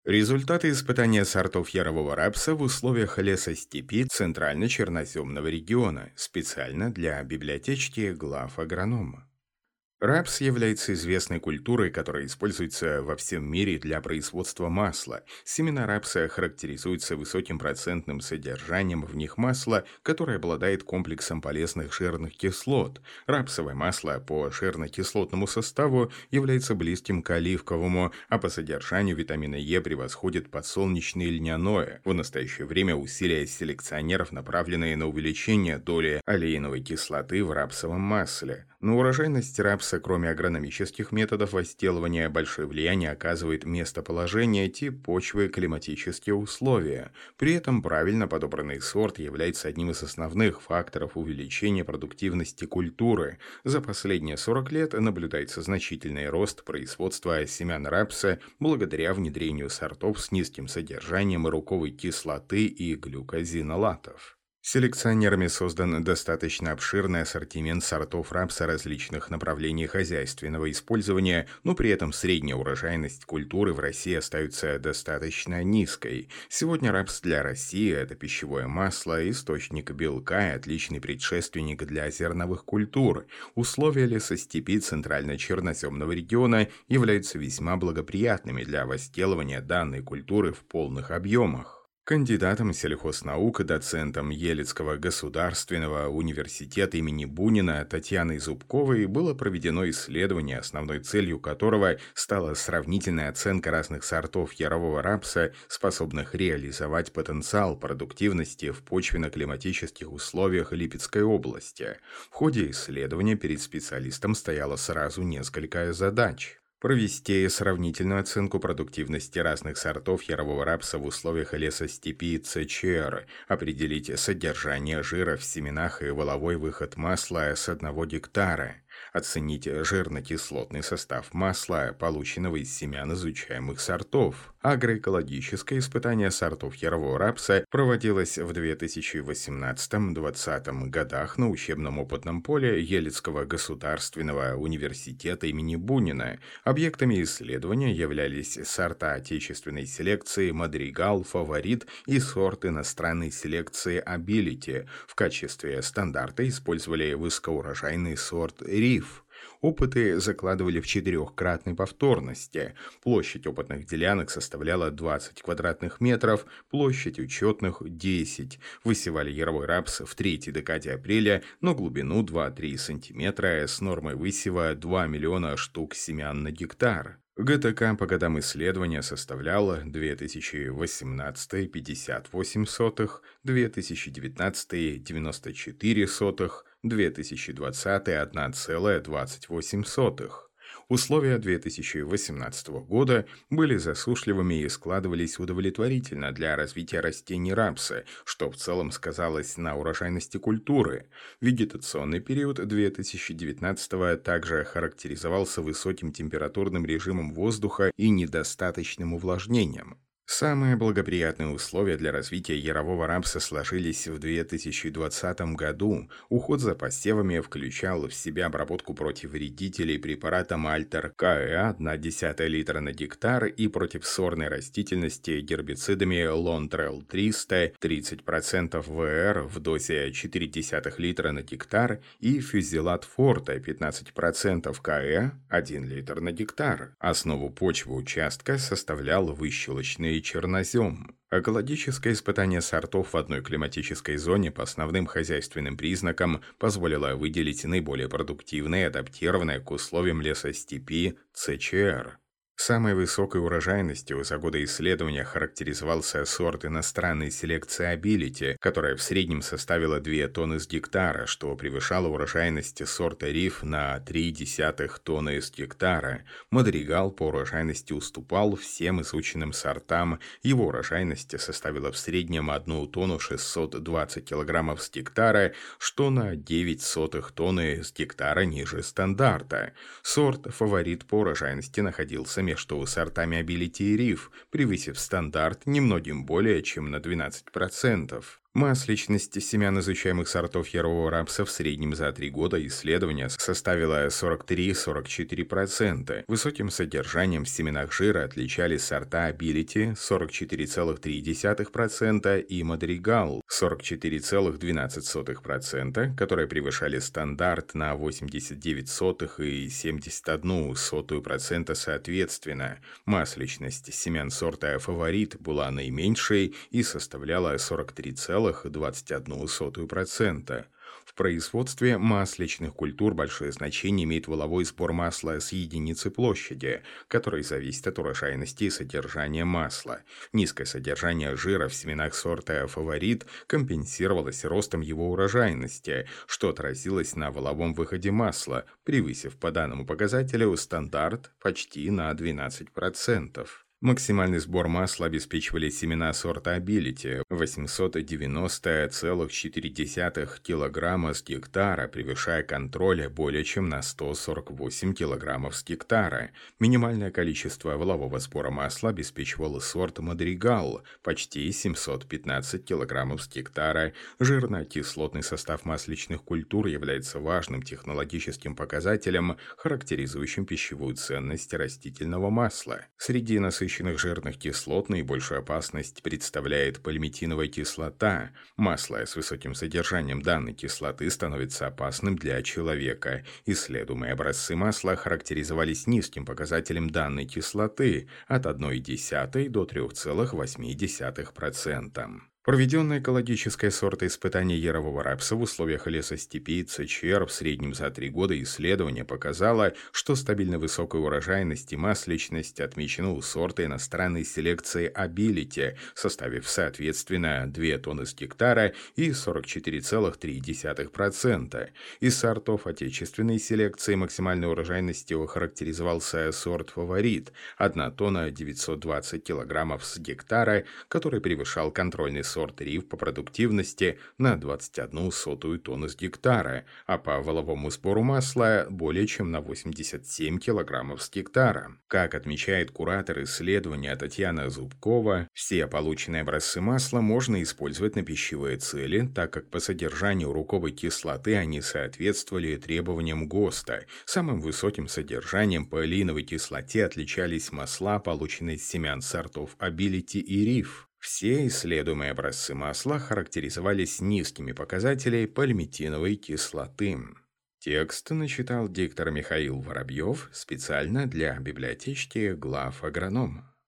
Результаты испытания сортов ярового рапса в условиях лесостепи Центрально-Черноземного региона специально для библиотечки глав агронома. Рапс является известной культурой, которая используется во всем мире для производства масла. Семена рапса характеризуются высоким процентным содержанием в них масла, которое обладает комплексом полезных жирных кислот. Рапсовое масло по жирно-кислотному составу является близким к оливковому, а по содержанию витамина Е превосходит подсолнечное и льняное. В настоящее время усилия селекционеров направлены на увеличение доли олеиновой кислоты в рапсовом масле. На урожайность рапса, кроме агрономических методов возделывания, большое влияние оказывает местоположение, тип почвы, климатические условия. При этом правильно подобранный сорт является одним из основных факторов увеличения продуктивности культуры. За последние 40 лет наблюдается значительный рост производства семян рапса благодаря внедрению сортов с низким содержанием мороковой кислоты и глюкозинолатов. Селекционерами создан достаточно обширный ассортимент сортов рапса различных направлений хозяйственного использования, но при этом средняя урожайность культуры в России остается достаточно низкой. Сегодня рапс для России – это пищевое масло, источник белка и отличный предшественник для зерновых культур. Условия лесостепи Центрально-Черноземного региона являются весьма благоприятными для возделывания данной культуры в полных объемах. Кандидатом сельхознаук и доцентом Елецкого государственного университета имени Бунина Татьяной Зубковой было проведено исследование, основной целью которого стала сравнительная оценка разных сортов ярового рапса, способных реализовать потенциал продуктивности в почвенно-климатических условиях Липецкой области. В ходе исследования перед специалистом стояло сразу несколько задач. Провести сравнительную оценку продуктивности разных сортов ярового рапса в условиях лесостепи ЦЧР, определить содержание жира в семенах и валовой выход масла с 1 гектара, оценить жирно-кислотный состав масла, полученного из семян изучаемых сортов. Агроэкологическое испытание сортов ярового рапса проводилось в 2018-2020 годах на учебном опытном поле Елецкого государственного университета имени Бунина. Объектами исследования являлись сорта отечественной селекции «Мадригал», «Фаворит» и сорт иностранной селекции «Абилити». В качестве стандарта использовали высокоурожайный сорт «Риф». Опыты закладывали в 4-кратной повторности. Площадь опытных делянок составляла 20 квадратных метров, площадь учетных – 10. Высевали яровой рапс в третьей декаде апреля на глубину 2-3 см с нормой высева 2 миллиона штук семян на гектар. ГТК по годам исследования составляла 2018 – 58 сотых, 2019 – 94 сотых, 2020 – 1,28 сотых. Условия 2018 года были засушливыми и складывались удовлетворительно для развития растений рапса, что в целом сказалось на урожайности культуры. Вегетационный период 2019 также характеризовался высоким температурным режимом воздуха и недостаточным увлажнением. Самые благоприятные условия для развития ярового рапса сложились в 2020 году. Уход за посевами включал в себя обработку против вредителей препаратом Альтер КЭ 0,1 литра на гектар и против сорной растительности гербицидами Лонтрел 300 30% ВР в дозе 0,4 литра на гектар и фюзилат Форта 15% КЭ 1 литр на гектар. Основу почвы участка составлял выщелочный чернозем. Экологическое испытание сортов в одной климатической зоне по основным хозяйственным признакам позволило выделить наиболее продуктивные и адаптированные к условиям лесостепи ЦЧР. Самой высокой урожайностью за годы исследования характеризовался сорт иностранной селекции «Абилити», которая в среднем составила 2 тонны с гектара, что превышало урожайность сорта «Риф» на 0,3 тонны с гектара. «Мадригал» по урожайности уступал всем изученным сортам. Его урожайность составила в среднем 1 тонну 620 килограммов с гектара, что на 0,09 тонны с гектара ниже стандарта. Сорт «Фаворит» по урожайности находился между сортами «Абилити» и «Риф», превысив стандарт немногим более чем на 12%. Масличность семян изучаемых сортов ярового рапса в среднем за 3 года исследования составила 43–44%. Высоким содержанием в семенах жира отличались сорта Ability 44,3% и Madrigal 44,12%, которые превышали стандарт на 89 и 71% соответственно. Масличность семян сорта Фаворит была наименьшей и составляла 43,21%. В производстве масличных культур большое значение имеет валовой сбор масла с единицы площади, который зависит от урожайности и содержания масла. Низкое содержание жира в семенах сорта Фаворит компенсировалось ростом его урожайности, что отразилось на валовом выходе масла, превысив по данному показателю стандарт почти на 12%. Максимальный сбор масла обеспечивали семена сорта Ability 890,4 кг с гектара, превышая контроль более чем на 148 кг с гектара. Минимальное количество валового сбора масла обеспечивал сорт Madrigal почти 715 кг с гектара. Жирно-кислотный состав масличных культур является важным технологическим показателем, характеризующим пищевую ценность растительного масла. Среди насыщенных жирных кислот наибольшую опасность представляет пальмитиновая кислота. Масло с высоким содержанием данной кислоты становится опасным для человека. Исследуемые образцы масла характеризовались низким показателем данной кислоты от 0,1 до 3,8%. Проведенное экологическое сортоиспытание ярового рапса в условиях лесостепи ЦЧР в среднем за 3 года исследование показало, что стабильно высокая урожайность и масличность отмечена у сорта иностранной селекции Ability, составив соответственно 2 тонны с гектара и 44,3%. Из сортов отечественной селекции максимальной урожайностью характеризовался сорт Фаворит 1 тонна 920 килограммов с гектара, который превышал контрольный сорт Риф по продуктивности на 21 тонну с гектара, а по валовому сбору масла более чем на 87 килограммов с гектара. Как отмечает куратор исследования Татьяна Зубкова, все полученные образцы масла можно использовать на пищевые цели, так как по содержанию руковой кислоты они соответствовали требованиям ГОСТа. Самым высоким содержанием по линовой кислоте отличались масла, полученные из семян сортов Ability и Риф. Все исследуемые образцы масла характеризовались низкими показателями пальмитиновой кислоты. Текст начитал диктор Михаил Воробьев специально для библиотечки глав агроном.